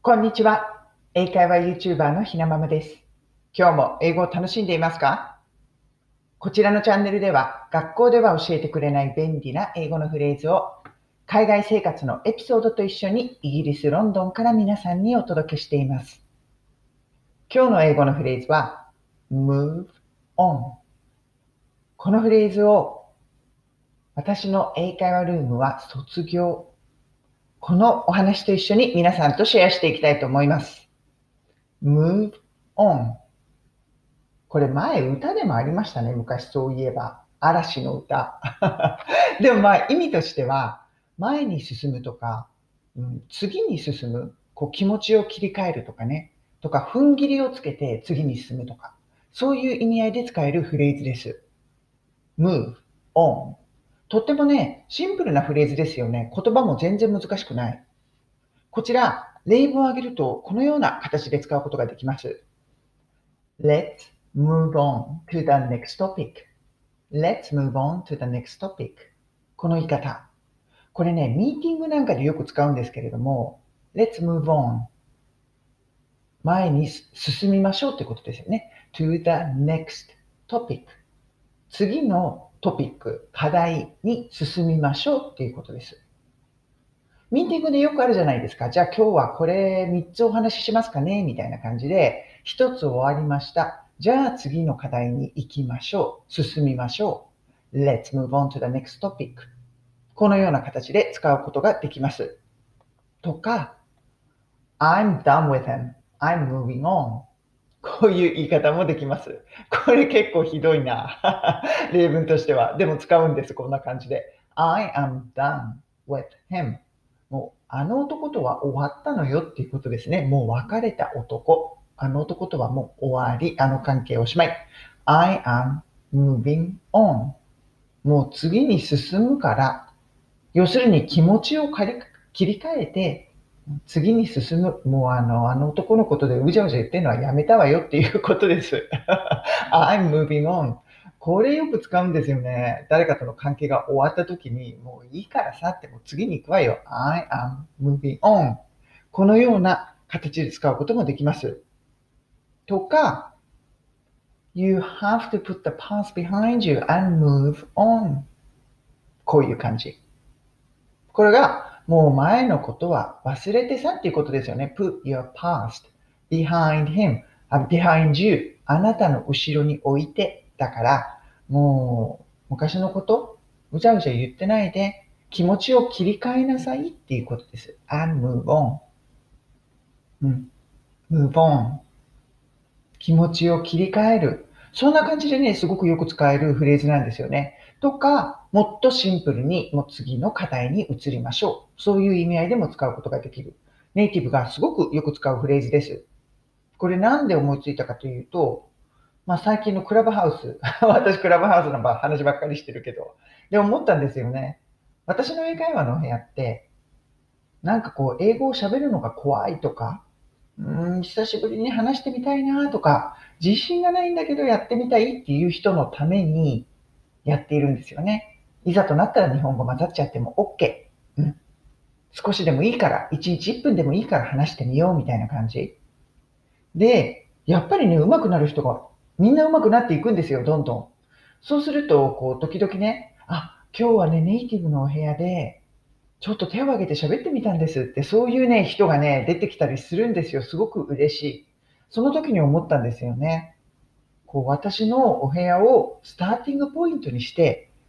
こんにちは。英会話 YouTuber のひなままです。今日も英語を楽しんでいますか？こちらのチャンネルでは、学校では教えてくれない便利な英語のフレーズを、海外生活のエピソードと一緒にイギリス・ロンドンから皆さんにお届けしています。今日の英語のフレーズは、move on。このフレーズを、私の英会話ルームは卒業。このお話と一緒に皆さんとシェアしていきたいと思います。move on。これ前歌でもありましたね。昔そういえば。嵐の歌。でも意味としては、前に進むとか、次に進む、気持ちを切り替えるとかね。とか、踏ん切りをつけて次に進むとか。そういう意味合いで使えるフレーズです。move on。とってもね、シンプルなフレーズですよね。言葉も全然難しくない。こちら、例文を挙げると、このような形で使うことができます。Let's move on to the next topic.Let's move on to the next topic. この言い方。これね、ミーティングなんかでよく使うんですけれども、Let's move on. 前に進みましょうということですよね。To the next topic. 次のトピック、課題に進みましょうっていうことです。ミーティングでよくあるじゃないですか。じゃあ今日はこれ3つお話ししますかねみたいな感じで、1つ終わりました。じゃあ次の課題に行きましょう。進みましょう。Let's move on to the next topic. このような形で使うことができます。とか、I'm done with him.I'm moving on. こういう言い方もできます。これ結構ひどいな。例文としては。でも使うんです。こんな感じで。I am done with him. もう、あの男とは終わったのよっていうことですね。もう別れた男。あの男とはもう終わり。あの関係おしまい。I am moving on. もう次に進むから、要するに気持ちを切り替えて、次に進む。もうあの男のことでうじゃうじゃ言ってるのはやめたわよっていうことです。I'm moving on. これよく使うんですよね。誰かとの関係が終わった時に、もういいからさってもう次に行くわよ。I am moving on. このような形で使うこともできます。とか、You have to put the past behind you and move on. こういう感じ。これが、もう前のことは忘れてさっていうことですよね。put your past behind behind you. あなたの後ろに置いて。だから、もう昔のこと、うじゃうじゃ言ってないで、気持ちを切り替えなさいっていうことです。and move on. move on. 気持ちを切り替える。そんな感じでね、すごくよく使えるフレーズなんですよね。とか、もっとシンプルに、もう次の課題に移りましょう。そういう意味合いでも使うことができる。ネイティブがすごくよく使うフレーズです。これなんで思いついたかというと、最近のクラブハウス。私クラブハウスの話ばっかりしてるけど。で思ったんですよね。私の英会話の部屋って、なんか英語を喋るのが怖いとか、久しぶりに話してみたいなとか、自信がないんだけどやってみたいっていう人のためにやっているんですよね。いざとなったら日本語混ざっちゃっても OK。少しでもいいから、1日1分でもいいから話してみようみたいな感じ。で、やっぱりね、上手くなる人がみんな上手くなっていくんですよ、どんどん。そうすると、時々ね、今日はね、ネイティブのお部屋で、ちょっと手を挙げて喋ってみたんですって、そういうね、人がね、出てきたりするんですよ。すごく嬉しい。その時に思ったんですよね。私のお部屋をスターティングポイントにして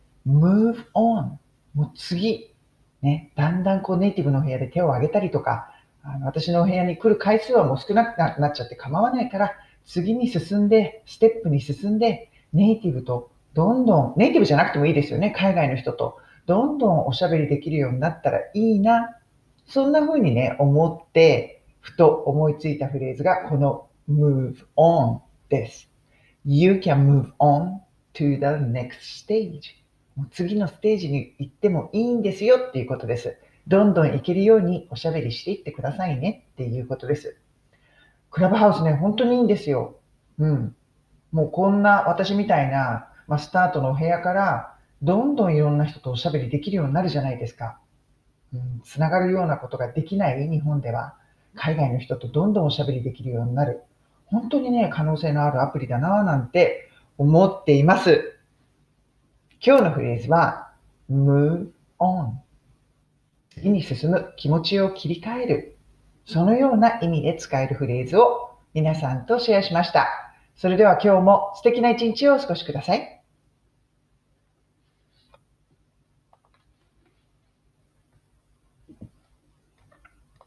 、move on。もう次、ね、だんだんネイティブの部屋で手を挙げたりとか、私のお部屋に来る回数はもう少なくなっちゃって構わないから、次に進んで、ステップに進んで、ネイティブとどんどん、ネイティブじゃなくてもいいですよね、海外の人と。どんどんおしゃべりできるようになったらいいな。そんな風にね、思って、ふと思いついたフレーズがこの move on です。You can move on to the next stage. もう次のステージに行ってもいいんですよっていうことです。どんどん行けるようにおしゃべりしていってくださいねっていうことです。クラブハウスね、本当にいいんですよ。もうこんな私みたいな、スタートのお部屋から、どんどんいろんな人とおしゃべりできるようになるじゃないですか。つながるようなことができない日本では。 海外の人とどんどんおしゃべりできるようになる。本当にね、可能性のあるアプリだなぁなんて思っています。今日のフレーズは move on。次に進む、気持ちを切り替える。そのような意味で使えるフレーズを皆さんとシェアしました。それでは今日も素敵な一日をお過ごしください。